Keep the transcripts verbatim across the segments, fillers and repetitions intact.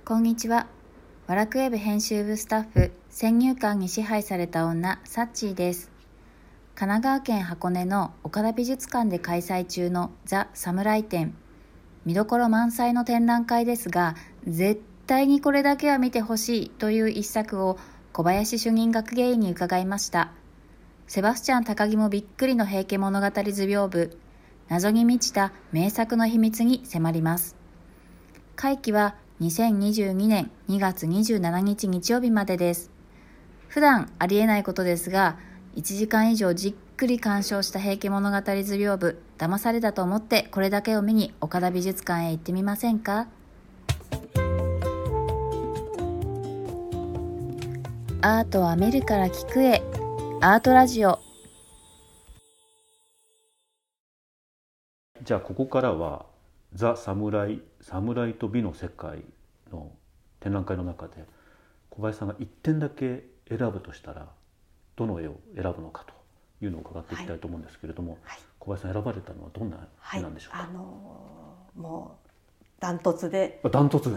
こんにちは。ワラクウェブ編集部スタッフ、先入観に支配された女、サッチーです。神奈川県箱根の岡田美術館で開催中のザ・サムライ展。見どころ満載の展覧会ですが、絶対にこれだけは見てほしいという一作を小林主任学芸員に伺いました。セバスチャン高木もびっくりの平家物語図屏風。謎に満ちた名作の秘密に迫ります。会期はにせんにじゅうにねんにがつにじゅうしちにち日曜日までです。普段ありえないことですが、いちじかん以上じっくり鑑賞した平家物語図屏風、騙されたと思ってこれだけを見に岡田美術館へ行ってみませんか？アートは見るから聞くへ、アートラジオ。 じゃあここからはザ・サムライ、サムライと美の世界の展覧会の中で小林さんがいってんだけ選ぶとしたらどの絵を選ぶのかというのを伺っていきたいと思うんですけれども、はい、小林さん選ばれたのはどんな絵なんでしょうか？ はい、あのー、もうダントツでダントツ、はい、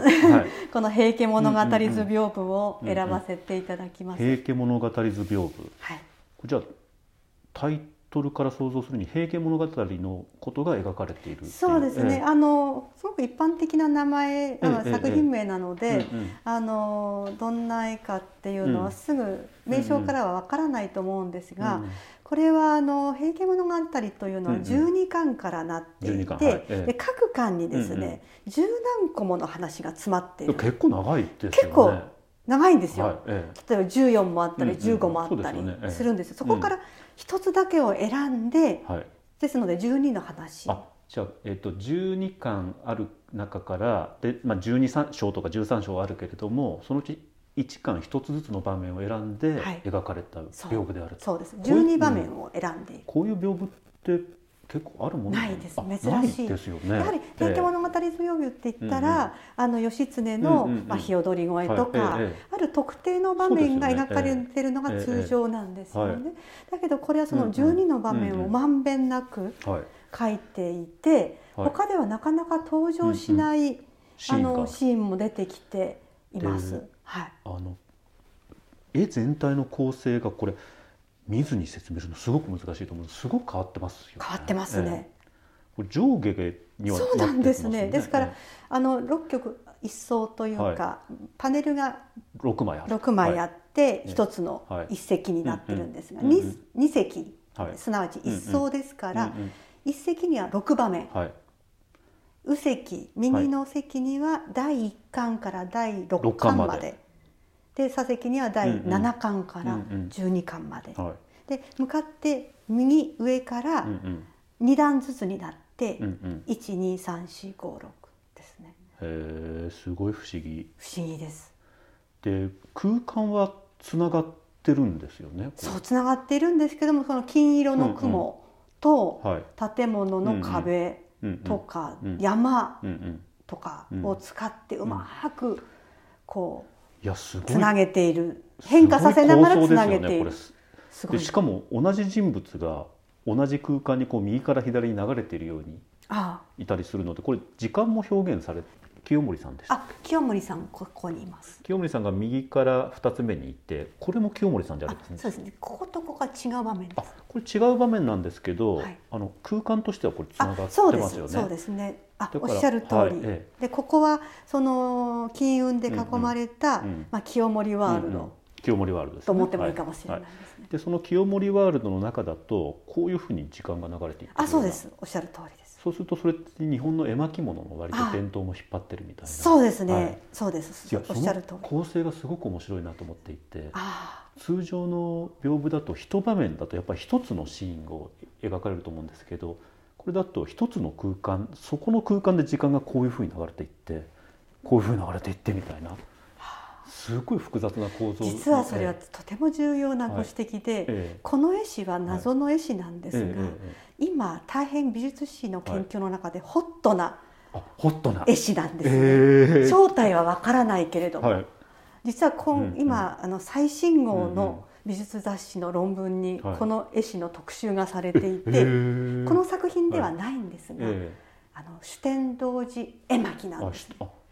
この平家物語図屏風を選ばせていただきます。 平家物語図屏風、 はい、 じゃあタイトルから想像するに平家物語のことが描かれているっていう。 そうですね、 ええ、 あのすごく一般的な名前、 ええ、 作品名なので、 ええ、うんうん、 あのどんな絵かっていうのはすぐ名称からはわからないと思うんですが、うんうん、これはあの平家物語というのはじゅうにかんからなっていて、うんうん、はい、ええ、で各巻にですね、うんうん、じゅうなんこもの話が詰まっている。 結構長いですよね。 結構長いんですよ、 はい、ええ、 例えばじゅうよんもあったりじゅうごもあったりするんですよ。そこから一つだけを選んで、うん、はい、ですのでじゅうにの話。 あ、じゃあ、えー、とじゅうにかんある中からで、まあ、じゅうに章とかじゅうさん章あるけれども、そのうちいっかん一つずつの場面を選んで描かれた屏風であると。 そうです、じゅうにばめんを選んでいる。 こういう屏風って結構あるものないです、珍しいですよね。 やはり平家物語図屏風って言ったら、えー、あの義経の、うんうんうん、まあ、ひよどり越えとか、はい、えー、ある特定の場面が描かれているのが通常なんですよね。えーえーはい、だけどこれはそのじゅうにの場面をまんべんなく描いていて、はい、他ではなかなか登場しない、うんうん、あのシーンも出てきています。はい、あの絵全体の構成がこれ見ずに説明するのすごく難しいと思うんです。すごく変わってますよね。 変わってますね。 えー、これ上下にはなってますね。そうなんですね。 ですから、えー、あのろっきょく一層というか、はい、パネルがろくまいあって一、はい、つの一席になってるんですが、二、二席、はい、すなわち一層ですから、うんうん、一席にはろくばめん。はい、右席、右の席にはだいいっかんからだいろっかんまで。で左席にはだいななかんからじゅうにかんまで、うんうん、はい、で向かって右上からにだんずつになって、うんうん、いちにさんしごろくですね。 へえ、すごい不思議。 不思議です。 で空間はつながってるんですよね。 そうつながっているんですけども、その金色の雲と建物の壁とか山とかを使ってうまくこういやすごいつなげている、変化させながらつなげている。 すごい。でしかも同じ人物が同じ空間にこう右から左に流れているようにいたりするので、これ時間も表現されて、清森さんでした。 あ、清森さんここにいます。 清森さんが右からふたつめにいて、これも清森さんじゃないですね。 そうですね。こことここが違う場面です。 あ、これ違う場面なんですけど、はい、あの空間としてはこれつながってますよね。 そうですね。あ、おっしゃる通り、はい、ええ、でここはその金運で囲まれた、うんうん、まあ、清盛ワールド、うんうん、 清盛ワールドですね、 と思ってもいいかもしれないですね。 はいはい、でその清盛ワールドの中だとこういうふうに時間が流れていって、 あ、そうです、おっしゃる通りです。 そうするとそれって日本の絵巻物の割と伝統も引っ張ってるみたいな。 そうですね、はい、そうです、おっしゃる通り。 構成がすごく面白いなと思っていて、通常の屏風だと一場面だとやっぱり一つのシーンを描かれると思うんですけど、これだと一つの空間、そこの空間で時間がこういうふうに流れていって、こういうふうに流れていってみたいな、すごい複雑な構造。 実はそれはとても重要なご指摘で、はい、ええ、この絵師は謎の絵師なんですが、はい、ええ、今大変美術史の研究の中でホットな絵師なんですね。えー、正体はわからないけれども、はい、実は今、うんうん、今あの最新号の美術雑誌の論文にこの絵師の特集がされていて、はい、この作品ではないんですが、はい、えー、あの酒呑童子絵巻なんです。 あ、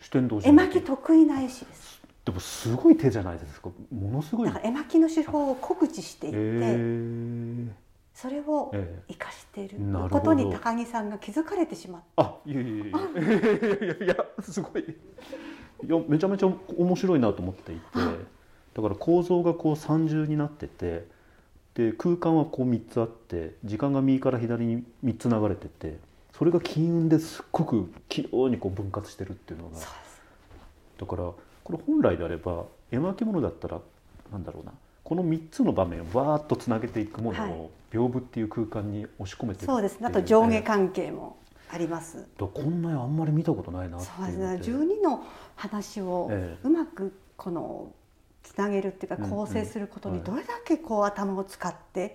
天童絵巻得意な絵師です。 でもすごい手じゃないですか。ものすごい。 だから絵巻の手法を酷似していて、えー、それを生かしていることに高木さんが気づかれてしまった。 あ、いやいやいやいやいやいや、すごい。いや、めちゃめちゃ面白いなと思っていて、だから構造がこう三重になってて、で空間はこうみっつあって、時間が右から左にみっつ流れてて、それが金運ですっごく器用にこう分割してるっていうのが、だからこれ本来であれば絵巻物だったらなんだろうな、このみっつの場面をわーっとつなげていくものを屏風っていう空間に押し込めてる。 そうですね。あと上下関係もあります。 こんなあんまり見たことないなっていう。 そうですね。じゅうにの話をうまくこのつなげるっていうか構成することにどれだけこう頭を使って、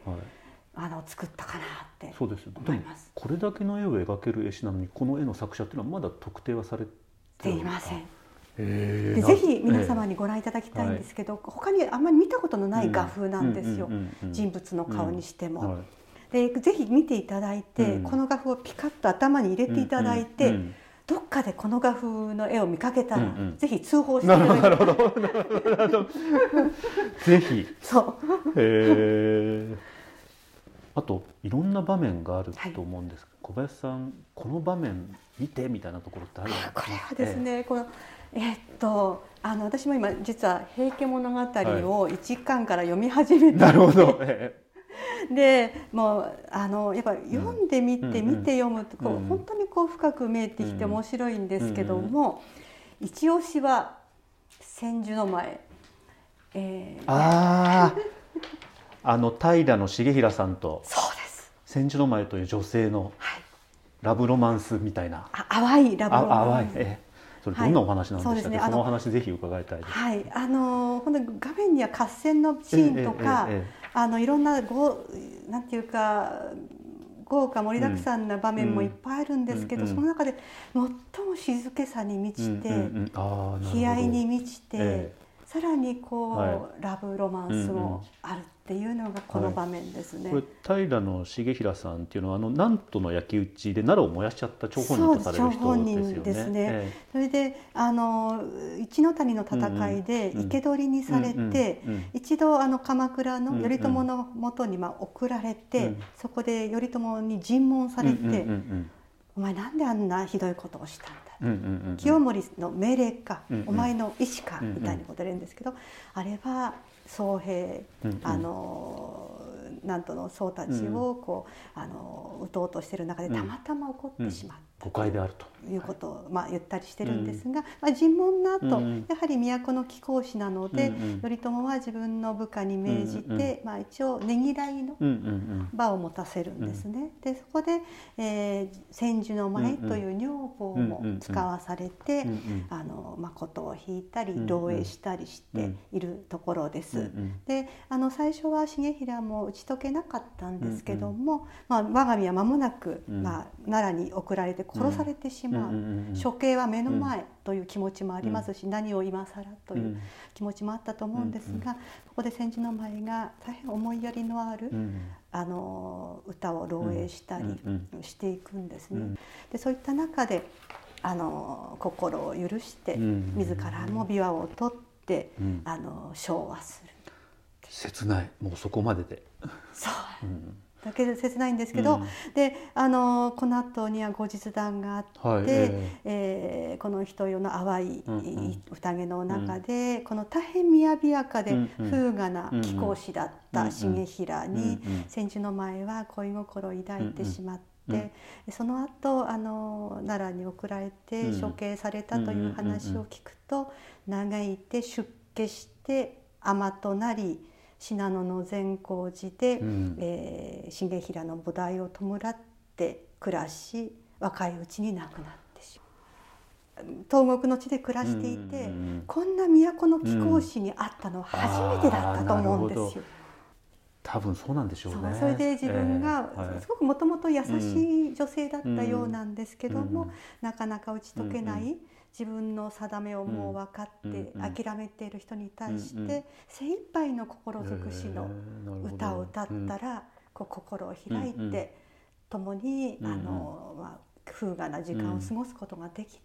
はい、あの作ったかなって思います。 そうです。でもこれだけの絵を描ける絵師なのに、この絵の作者っていうのはまだ特定はされていません。でぜひ皆様にご覧いただきたいんですけど、えー、他にあんまり見たことのない画風なんですよ。人物の顔にしても。うん、はい、でぜひ見ていただいて、うん、この画風をピカッと頭に入れていただいて、うんうんうん、どっかでこの画風の絵を見かけたら、うんうん、ぜひ通報していただきたい。なるほどなるほどぜひ。 そう。 へー。あといろんな場面があると思うんですけど、はい、小林さんこの場面見てみたいなところってあるんですか？ これはですね、えー、このえー、っとあの私も今実は「平家物語」をいちかんから読み始めて、 はい、なるほど、えー、でもうあのやっぱ読んでみて、うん、見て読むとこう、うん、本当にこう深く見えてきて面白いんですけども、うん、一押しは千住の前、 えー、ああの平重衡さんと千住の前という女性のラブロマンスみたいな、 はい、淡いラブロマンス、 えーそれどんなお話なんでしたっけ？はい、 そ, ね、そのお話ぜひ伺いたいです。 はい、あのこの画面には合戦のシーンとか、ええええ、あのいろんなごなんていうか豪華盛りだくさんな場面もいっぱいあるんですけど、うん、その中で最も静けさに満ちて、うんうん、悲哀に満ちて、ええ、さらにこう、はい、ラブロマンスもあるっていうのがこの場面ですね。 はい、これ平重衡さんっていうのはあの南都の焼き討ちで奈良を燃やしちゃった張本人とされる人ですよね。張本人ですね。ええ、 それであの一ノ谷の戦いで生け捕りにされて、一度あの鎌倉の頼朝のもとにまあ送られて、うん、そこで頼朝に尋問されて、うんうんうんうん、お前なんであんなひどいことをしたんだ、うんうんうんうん、清盛の命令か、うんうん、お前の意思か、うんうん、みたいにこと言うんですけど、あれは僧兵、うんうん、あの南都の僧たちをこう、うん、あの撃とうとしている中でたまたま起こってしまった、 うん、誤解であるということを、まあ、言ったりしてるんですが、うん、まあ、尋問の後、うん、やはり都の貴公子なので、うんうん、頼朝は自分の部下に命じて、うんうん、まあ、一応ねぎらいの場を持たせるんですね。うんうん、でそこで、えー、千住の前という女房も使わされて、うんうん、あのまあ、琴を弾いたり漏洩したりしているところです。うんうん、であの最初は重衡も打ち解けなかったんですけども、うんうん、まあ、我が身は間もなく、うん、まあ、奈良に送られて殺されてしまう、うん、処刑は目の前という気持ちもありますし、うん、何を今更という気持ちもあったと思うんですが、ここで千住の前が大変思いやりのある、うん、あの歌を漏洩したりしていくんですね。うん、でそういった中であの心を許して自らも琵琶を取って、うん、あの唱和する。 切ない、もうそこまでで。 そう、うん、だけで切ないんですけど、うん、であのこの後には後日談があって、はい、えーえー、この人世の淡い宴の中で、うん、この大変雅やかで風雅な貴公子だった重衡に千住の前は恋心を抱いてしまって、うん、その後あの奈良に送られて処刑されたという話を聞くと、嘆いて出家して尼となり信濃の善光寺で、うん、えー、重衡の菩提を弔って暮らし、若いうちに亡くなってしまう。東国の地で暮らしていて、うん、こんな都の貴公子に会ったのは初めてだったと思うんですよ。 多分そうなんでしょうね。 それで自分がすごくもともと優しい女性だったようなんですけども、うん、なかなか打ち解けない、うん、自分の定めをもう分かって諦めている人に対して精一杯の心尽くしの歌を歌ったら、こう心を開いて共にあの、まあ、風雅な時間を過ごすことができた。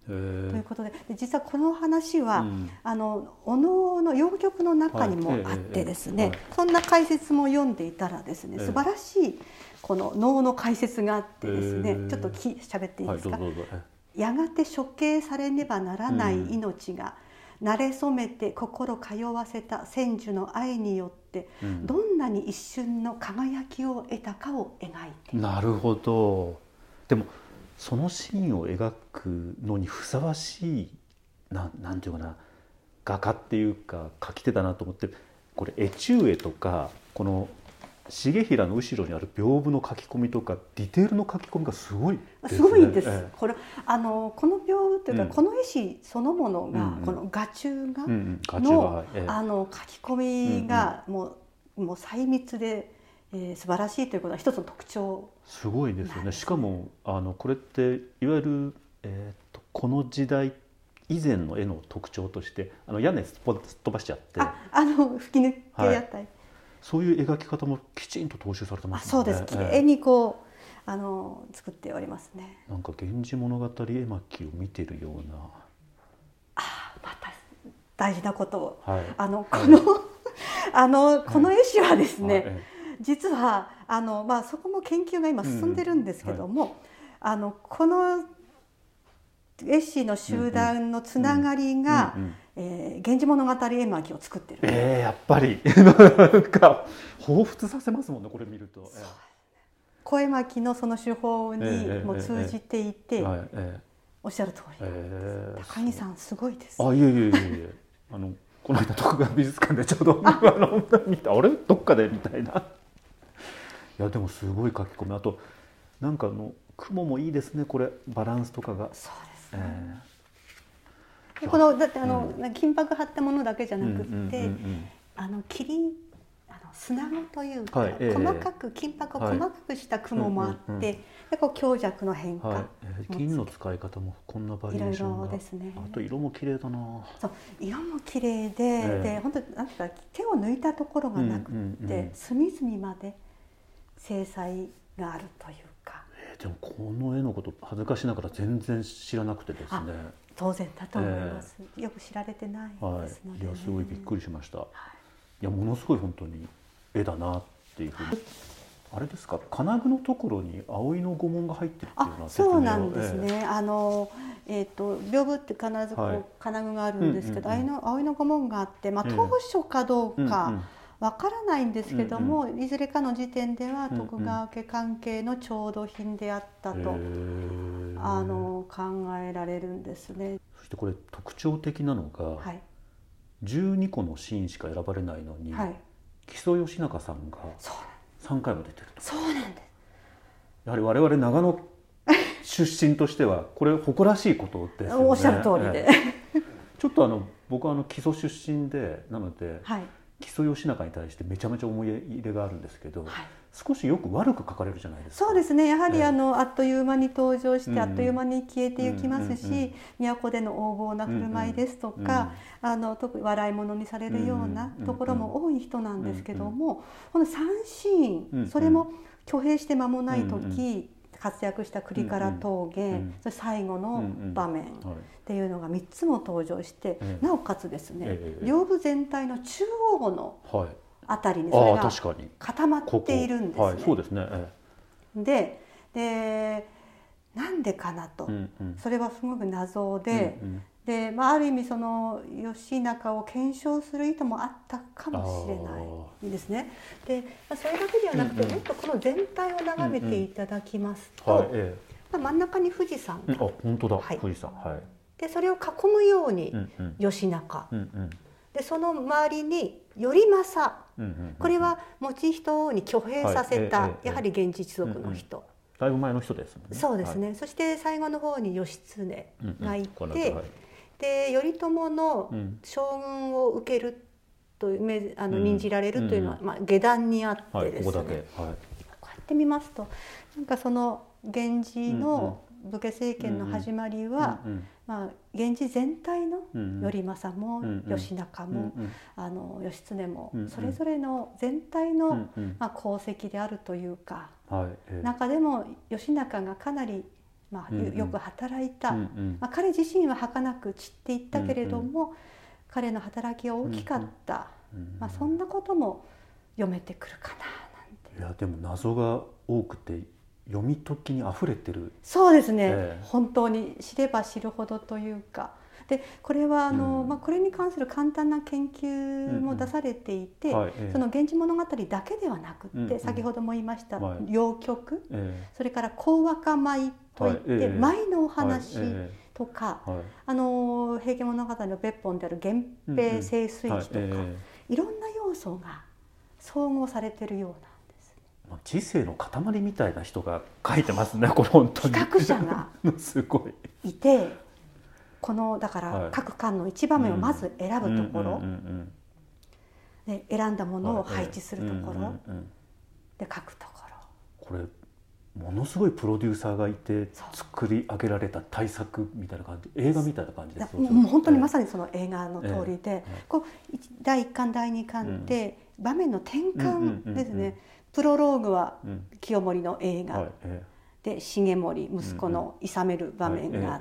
ということで、で実はこの話は、うん、あのお能の謡曲の中にもあってですね、はいえーえー、そんな解説も読んでいたらですね、素晴らしいこの能の解説があってですね、えー、ちょっとき喋っていいですか。はい、やがて処刑されねばならない命が、うん、慣れ初めて心通わせた千手の愛によって、うん、どんなに一瞬の輝きを得たかを描いて。 なるほど。でもそのシーンを描くのにふさわしい な, なんていうかな画家っていうか描き手だなと思って、これエチューエとかこの重衡の後ろにある屏風の書き込みとかディテールの書き込みがすごいですね。 すごいです、ええ、これあのこの屏風というか、うん、この絵師そのものが、うんうん、この画中画の、うんうんええ、あの書き込みがもう、もう細密で、えー、素晴らしいということは一つの特徴。 すごいですよね。しかもあのこれっていわゆる、えー、とこの時代以前の絵の特徴としてあの屋根すっ飛ばしちゃって、 ああの吹き抜けやったり、はい、 そういう描き方もきちんと踏襲されてますね。 あ、そうです。きれいにこう、えー、あの作っておりますね。 なんか源氏物語絵巻を見てるような。 あ、また大事なことを、はい、あのこの、はい、あのこの絵師はですね、はいはい、実はあの、まあ、そこも研究が今進んでるんですけども、うんはい、あのこの絵師の集団のつながりが、うんうんえー、源氏物語絵巻を作ってる。 えー、やっぱりなんか彷彿させますもんね、これ見ると。えー、 小絵巻のその手法にも通じていて、えーえーえーえー、おっしゃる通り、えー、高木さんすごいです。 あ、いえいえいえいえあのこの間徳川美術館でちょうどあの見た、あれどっかでみたいな。いやでもすごい書き込み、あとなんかあの雲もいいですね、これバランスとかが。 そうですね、えー、このだってあの、うん、金箔貼ったものだけじゃなくて、あの霧あの砂子というか、はいえー、細かく金箔を細かくした雲もあって、はい、でこう強弱の変化、はいえー、銀の使い方もこんなバリエーションが、いろいろですね。あと色も綺麗だな。 そう、色も綺麗で、えー、で本当なんか手を抜いたところがなくて、うんうんうん、隅々まで精細があるというか。 えー、でもこの絵のこと恥ずかしながら全然知らなくてですね。 当然だと思います、えー、よく知られてないですので、ね、 はい、いやすごいびっくりしました、はい、いやものすごい本当に絵だなっていうふうに、はい、あれですか、金具のところに葵の御紋が入ってるっていうのはそうなんですね、えー、あのえーと、屏風って必ずこう、はい、金具があるんですけど、うんうんうん、葵の御紋があって、まあ、当初かどうか、うんうんわからないんですけども、うんうん、いずれかの時点では徳川家関係の調度品であったと、うんうん、あの考えられるんですね。 そしてこれ特徴的なのが、はい、じゅうにこのシーンしか選ばれないのに、はい、木曽義仲さんがさんかいも出てると。 そうなんです。 やはり我々長野出身としてはこれ誇らしいことですよね。 おっしゃる通りで、 ちょっとあの僕はあの木曽出身でなので、はい、木曽義仲に対してめちゃめちゃ思い入れがあるんですけど、はい、少しよく悪く書かれるじゃないですか。 そうですね、やはりあの、えー、あっという間に登場して、うん、あっという間に消えていきますし、うんうんうん、都での横暴な振る舞いですとか、うんうん、あの特に笑い物にされるようなところも多い人なんですけども、うんうん、このさんシーン、うんうん、それも挙兵して間もない時、うんうん活躍した栗から峠、うんうん、それ最後の場面っていうのがみっつも登場して、うんうん、なおかつですね、えー、屏風全体の中央のあたりにそれが固まっているんですね。はい、そうですね、えー、で, でなんでかなと、うんうん、それはすごく謎で、うんうんでまあ、ある意味その義仲を検証する意図もあったかもしれないですね。で、まあ、それだけではなくて、うんうん、もっとこの全体を眺めていただきますと、うんうんはいええまあ、真ん中に富士山が、 うん、あ本当だ、はい、富士山、はい、 でそれを囲むように義仲、うんうん、でその周りに頼政、うんうんうん、これは以仁王に挙兵させた、はいええ、やはり源氏一族の人、うんうん、 だいぶ前の人ですもんね。 そうですね、はい、そして最後の方に義経がいて、うんうんはいで頼朝の将軍を受けるというあの任じられるというのは、うんまあ、下段にあってですね、はい、ここだけ、はい、こうやって見ますとなんかその源氏の武家政権の始まりは、うんうんまあ、源氏全体の頼政も、うんうん、義仲も、うんうん、あの義経も、うんうん、それぞれの全体の、うんうんまあ、功績であるというか、はいえー、中でも義仲がかなりまあ、よく働いた、うんうんまあ、彼自身は儚く散っていったけれども、うんうん、彼の働きが大きかった、うんうんまあ、そんなことも読めてくるかななんて。 いやでも謎が多くて読み解きにあふれてる。 そうですね、えー、本当に知れば知るほどというか。でこれはあの、うんまあ、これに関する簡単な研究も出されていて、うんうんはいえー、その源氏物語だけではなくって、うんうん、先ほども言いました謡曲、えー、それから講和歌舞といって、はいえー、舞のお話とか、はいえー、あの平家物語の別本である源平盛衰記とか、うんうんはいえー、いろんな要素が総合されているようなんです。 知性の塊みたいな人が書いてますね、これ本当に。 企画者がすごいいてこのだから各巻の一場面をまず選ぶところで選んだものを配置するところで書くところ、 これものすごいプロデューサーがいて作り上げられた大作みたいな感じ、映画みたいな感じです。 もう本当にまさにその映画の通りで、こうだいいっかんだいにかんって場面の転換ですね。プロローグは清盛の映画で重盛息子の諌める場面があって、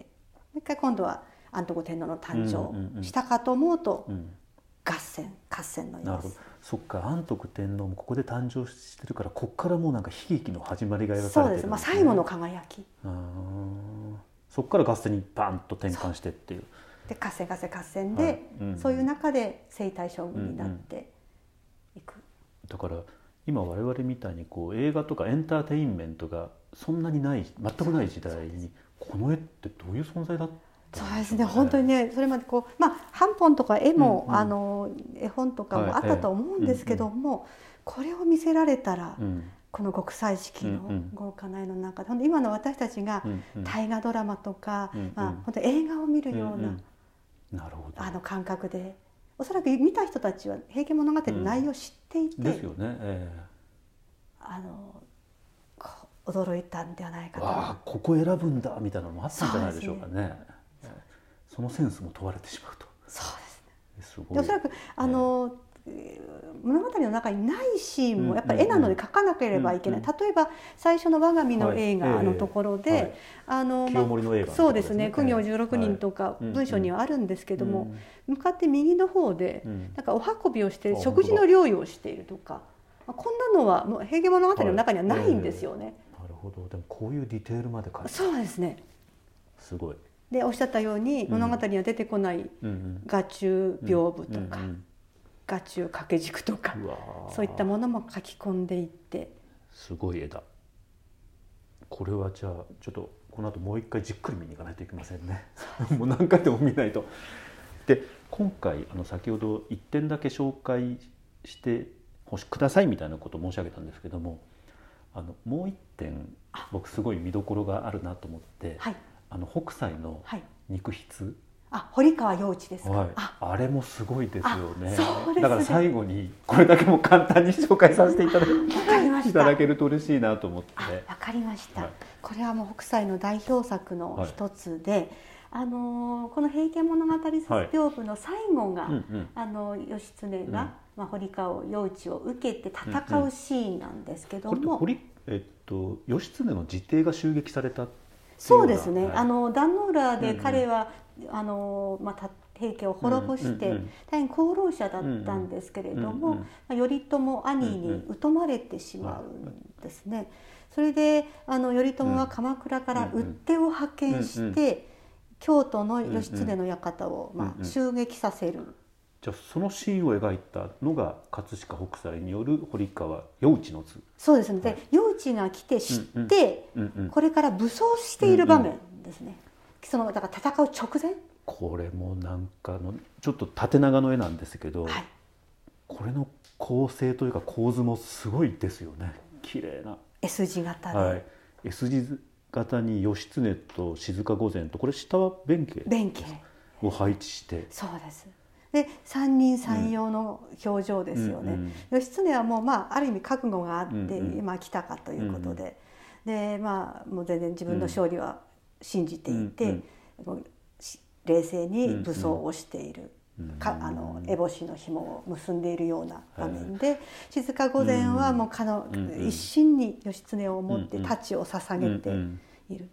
もう一回今度は安徳天皇の誕生したかと思うと、うんうんうん、合戦合戦の様子。 そっか、安徳天皇もここで誕生してるから、ここからもうなんか悲劇の始まりが描かれてるんですね。 そうです、まあ、最後の輝き。 あ、そこから合戦にバンと転換してっていう。 で合戦合戦合戦で、はいうん、そういう中で征夷大将軍になっていく。うんうん、だから今我々みたいにこう映画とかエンターテインメントがそんなにない全くない時代にこの絵ってどういう存在だったんでしょうね。そうですね、本当にね、それまでこうまあ版本とか絵も、うんうん、あの絵本とかもあったと思うんですけども、はいええ、これを見せられたら、うん、この極彩色の豪華な絵の中で、うんうん、今の私たちが大河ドラマとか、うんうんまあ、本当映画を見るような、うんうん、 なるほど、 あの感覚で、おそらく見た人たちは「平家物語」の内容を知っていて、うん、 ですよね、ええ、 あの驚いたんではないかと。 ああ、ここ選ぶんだみたいなのもあったんじゃないでしょうかね。そ, ねそのセンスも問われてしまうと。 そうですね。すごい。おそらくあの、えー、物語の中にないシーンもやっぱり絵なので描かなければいけない。うんうん、例えば最初の我が身の映画のところで、はいえーはい、あの清盛の映画のところですね。 そうですね。公暁じゅうろくにんとか文章にはあるんですけども、うん、向かって右の方で、うん、なんかお運びをして食事の療養をしているとか、まあ、こんなのはもう平家物語の中にはないんですよね。はいえーでもこういうディテールまで書いてある。 そうですね。 すごい。 でおっしゃったように、物語には出てこない画中屏風とか、うんうん、画中掛け軸とか、そういったものも書き込んでいって、 すごい絵だ。これはじゃあちょっとこの後もう一回じっくり見に行かないといけませんね。もう何回でも見ないと。で今回あの先ほどいってんだけ紹介してほしくださいみたいなことを申し上げたんですけども、あのもう一点僕すごい見どころがあるなと思って、はい、あの北斎の肉筆、はい、 あ堀川陽一ですか、はい、 あ, あれもすごいですよ ね, ねだから最後にこれだけも簡単に紹介させていただいただけると嬉しいなと思って。 わかりました、はい、これはもう北斎の代表作の一つで、はいあのー、この平家物語屏風の最後が、はいうんうん、あの義経が、うんまあ、堀川陽一を受けて戦うシーンなんですけども、うんうん、 これえっと、義経の自邸が襲撃されたそうですね、はい、あの壇ノ浦で彼は、うんうん、あのまあ、平家を滅ぼして、うんうんうん、大変功労者だったんですけれども、うんうんまあ、頼朝兄に疎まれてしまうんですね、うんうん、それであの頼朝は鎌倉から討っ手を派遣して、うんうん、京都の義経の館を、まあ、襲撃させる。 じゃあそのシーンを描いたのが葛飾北斎による堀川陽一の図。 そうですね。で、陽一が来て知って、うんうん、これから武装している場面ですね。うんうん、そのだから戦う直前。 これもなんかのちょっと縦長の絵なんですけど、はい、これの構成というか構図もすごいですよね。綺麗な。 S 字型で。 はい。S 字型に義経と静御前とこれ下は弁慶。 弁慶を配置して。 そうです。で三人三様の表情ですよね、うんうん、義経はもう、まあ、ある意味覚悟があって、うんうん、まあ、来たかということで、うんうん、で、まあ、もう全然自分の勝利は信じていて、うんうん、冷静に武装をしている、うんうん、かあの烏帽子の紐を結んでいるような場面で、うん、静御前はもうかの、うんうん、一心に義経を思って太刀を捧げている。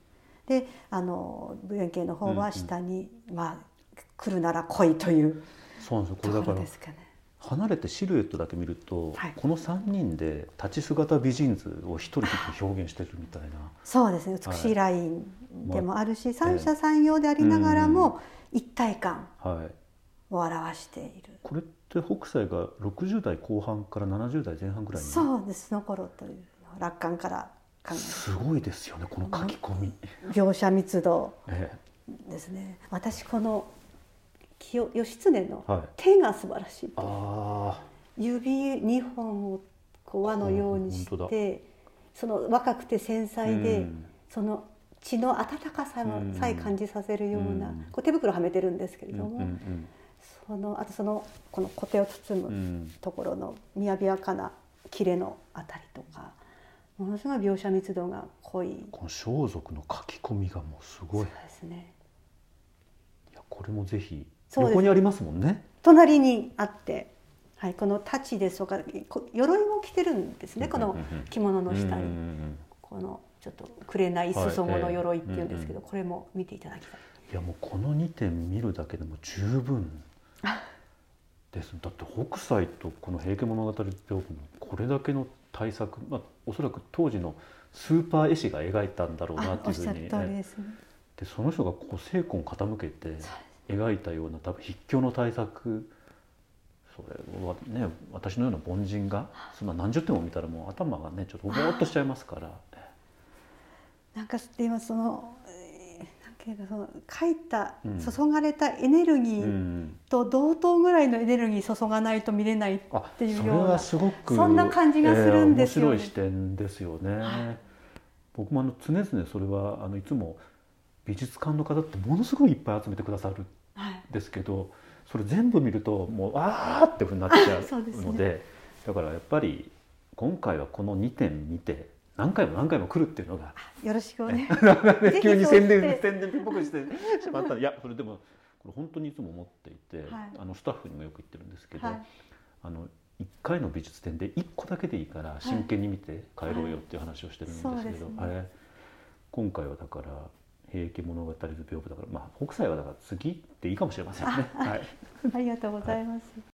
であの武遠慶の方は下に、うんうん、まあ来るなら来いというそうなんですよ。これだからですかね。離れてシルエットだけ見ると、はい、このさんにんで立ち姿美人図を一人で表現してるみたいな。 そうですね。美しいラインでもあるし、はい、三者三様でありながらも一体感を表している、はい、 これって北斎がろくじゅう代後半からななじゅう代前半ぐらいに。 そうです。その頃という楽観から考えすごいですよね、この書き込み、 描写密度ですね、ええ、私この義経の手が素晴らしい、はい、指にほんをこう輪のようにして、その若くて繊細で、うん、その血の温かささえ感じさせるような、うん、こう手袋はめてるんですけれども、うんうんうん、そのあとそのこの小手を包むところのみやびやかな切れのあたりとか、ものすごい描写密度が濃い。 この装束の書き込みがもうすごい。 そうですね。 いやこれもぜひ横にありますもんね。 隣にあって、はい、この太刀ですとか鎧も着てるんですね、この着物の下に。このちょっと紅裾の鎧っていうんですけど、これも見ていただきたい。 いやもうこのにてん見るだけでも十分です。だって北斎とこの「平家物語屏風」のこれだけの大作、まあ、おそらく当時のスーパー絵師が描いたんだろうなっていうふうに、ね、でその人がこう精魂傾けて描いたような多分筆境の大作、それはね私のような凡人がそんな何十点も見たらもう頭がねちょっとぼーっとしちゃいますから。 なんか今そのその書いた注がれたエネルギーと同等ぐらいのエネルギー注がないと見れないっていうような、それはすごくそんな感じがするんですよね。 面白い視点ですよね。はい、僕もあの常々それはあのいつも美術館の方ってものすごいいっぱい集めてくださるんですけど、はい、それ全部見るともうあーってふうになっちゃうので、ね、だからやっぱり今回はこのにてん見て何回も何回も来るっていうのがよろしくお願いします。急に宣伝宣伝っぽくしてしまったいやそれでもこれ本当にいつも思っていて、はい、あのスタッフにもよく言ってるんですけど、はい、あのいっかいの美術展でいっこだけでいいから真剣に見て帰ろうよっていう話をしてるんですけど、はいはいね、あれ今回はだから「平家物語図屏風」だから、まあ、北斎はだから次っていいかもしれませんね。 はい、ありがとうございます。はい。